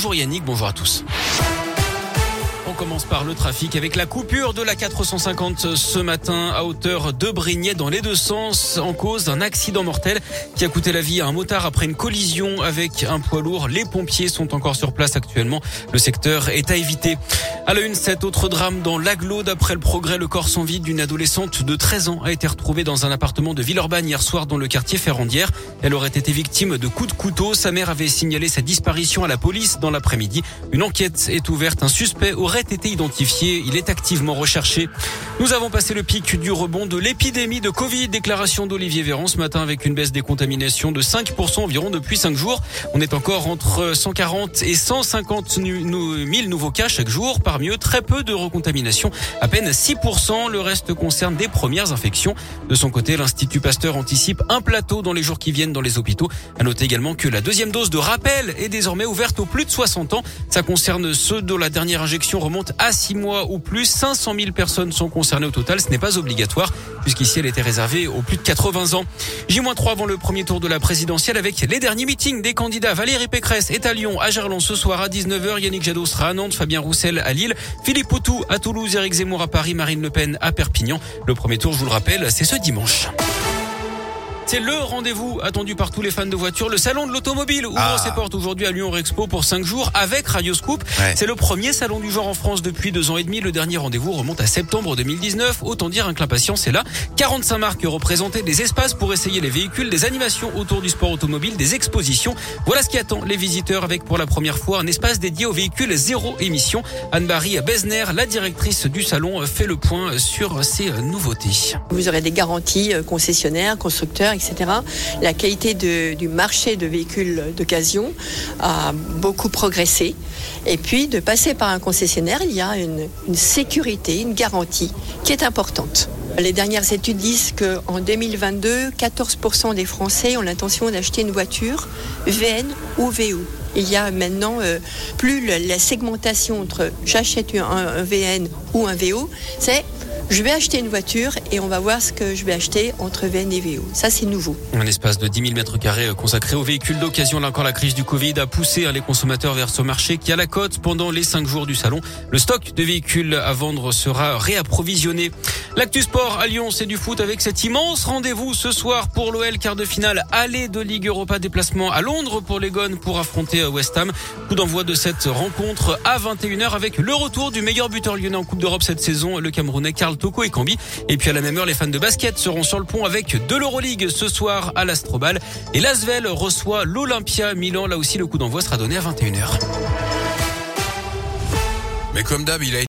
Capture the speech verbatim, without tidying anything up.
Bonjour Yannick, bonjour à tous. On commence par le trafic avec la coupure de la quatre cent cinquante ce matin à hauteur de Brignais dans les deux sens en cause d'un accident mortel qui a coûté la vie à un motard après une collision avec un poids lourd. Les pompiers sont encore sur place actuellement. Le secteur est à éviter. À la une, cet autre drame dans l'Aglo. D'après le Progrès, le corps sans vie d'une adolescente de treize ans a été retrouvé dans un appartement de Villeurbanne hier soir dans le quartier Ferrandière. Elle aurait été victime de coups de couteau. Sa mère avait signalé sa disparition à la police dans l'après-midi. Une enquête est ouverte. Un suspect aurait été identifié. Il est activement recherché. Nous avons passé le pic du rebond de l'épidémie de Covid. Déclaration d'Olivier Véran ce matin avec une baisse des contaminations de cinq pour cent environ depuis cinq jours. On est encore entre cent quarante et cent cinquante mille nouveaux cas chaque jour. Parmi eux, très peu de recontamination. À peine six pour cent. Le reste concerne des premières infections. De son côté, l'Institut Pasteur anticipe un plateau dans les jours qui viennent dans les hôpitaux. À noter également que la deuxième dose de rappel est désormais ouverte aux plus de soixante ans. Ça concerne ceux dont la dernière injection remonte à six mois ou plus. cinq cent mille personnes sont concernées au total. Ce n'est pas obligatoire puisqu'ici elle était réservée aux plus de quatre-vingts ans. J trois avant le premier tour de la présidentielle avec les derniers meetings des candidats. Valérie Pécresse est à Lyon, à Gerland ce soir à dix-neuf heures. Yannick Jadot sera à Nantes, Fabien Roussel à Lille, Philippe Poutou à Toulouse, Éric Zemmour à Paris, Marine Le Pen à Perpignan. Le premier tour, je vous le rappelle, c'est ce dimanche. C'est le rendez-vous attendu par tous les fans de voitures. Le salon de l'automobile ouvre ah. ses portes aujourd'hui à Lyon Expo pour cinq jours avec Radioscoop. Ouais. C'est le premier salon du genre en France depuis deux ans et demi. Le dernier rendez-vous remonte à septembre deux mille dix-neuf. Autant dire que l'impatience est là. quarante-cinq marques représentées, des espaces pour essayer les véhicules, des animations autour du sport automobile, des expositions. Voilà ce qui attend les visiteurs avec pour la première fois un espace dédié aux véhicules zéro émission. Anne-Marie Besner, la directrice du salon, fait le point sur ces nouveautés. Vous aurez des garanties concessionnaires, constructeurs, et cetera. La qualité de, du marché de véhicules d'occasion a beaucoup progressé. Et puis, de passer par un concessionnaire, il y a une, une sécurité, une garantie qui est importante. Les dernières études disent qu'en deux mille vingt-deux, quatorze pour cent des Français ont l'intention d'acheter une voiture V N ou V O. Il y a maintenant euh, plus la, la segmentation entre j'achète un, un V N ou un V O, c'est je vais acheter une voiture et on va voir ce que je vais acheter entre V N et V O. Ça, c'est nouveau. Un espace de dix mille mètres carrés consacré aux véhicules d'occasion. Là encore, la crise du Covid a poussé les consommateurs vers ce marché qui a la cote pendant les cinq jours du salon. Le stock de véhicules à vendre sera réapprovisionné. L'actu sport à Lyon, c'est du foot avec cet immense rendez-vous ce soir pour l'O L. Quart de finale aller de Ligue Europa, déplacement à Londres pour les Gones pour affronter West Ham. Coup d'envoi de cette rencontre à vingt et une heures avec le retour du meilleur buteur lyonnais en Coupe d'Europe cette saison, le Camerounais Karl Toko Ekambi. Et puis à la même heure, les fans de basket seront sur le pont avec de l'Euroleague ce soir à l'Astrobal. Et l'Asvel reçoit l'Olympia Milan. Là aussi, le coup d'envoi sera donné à vingt et une heures. Mais comme d'hab, il a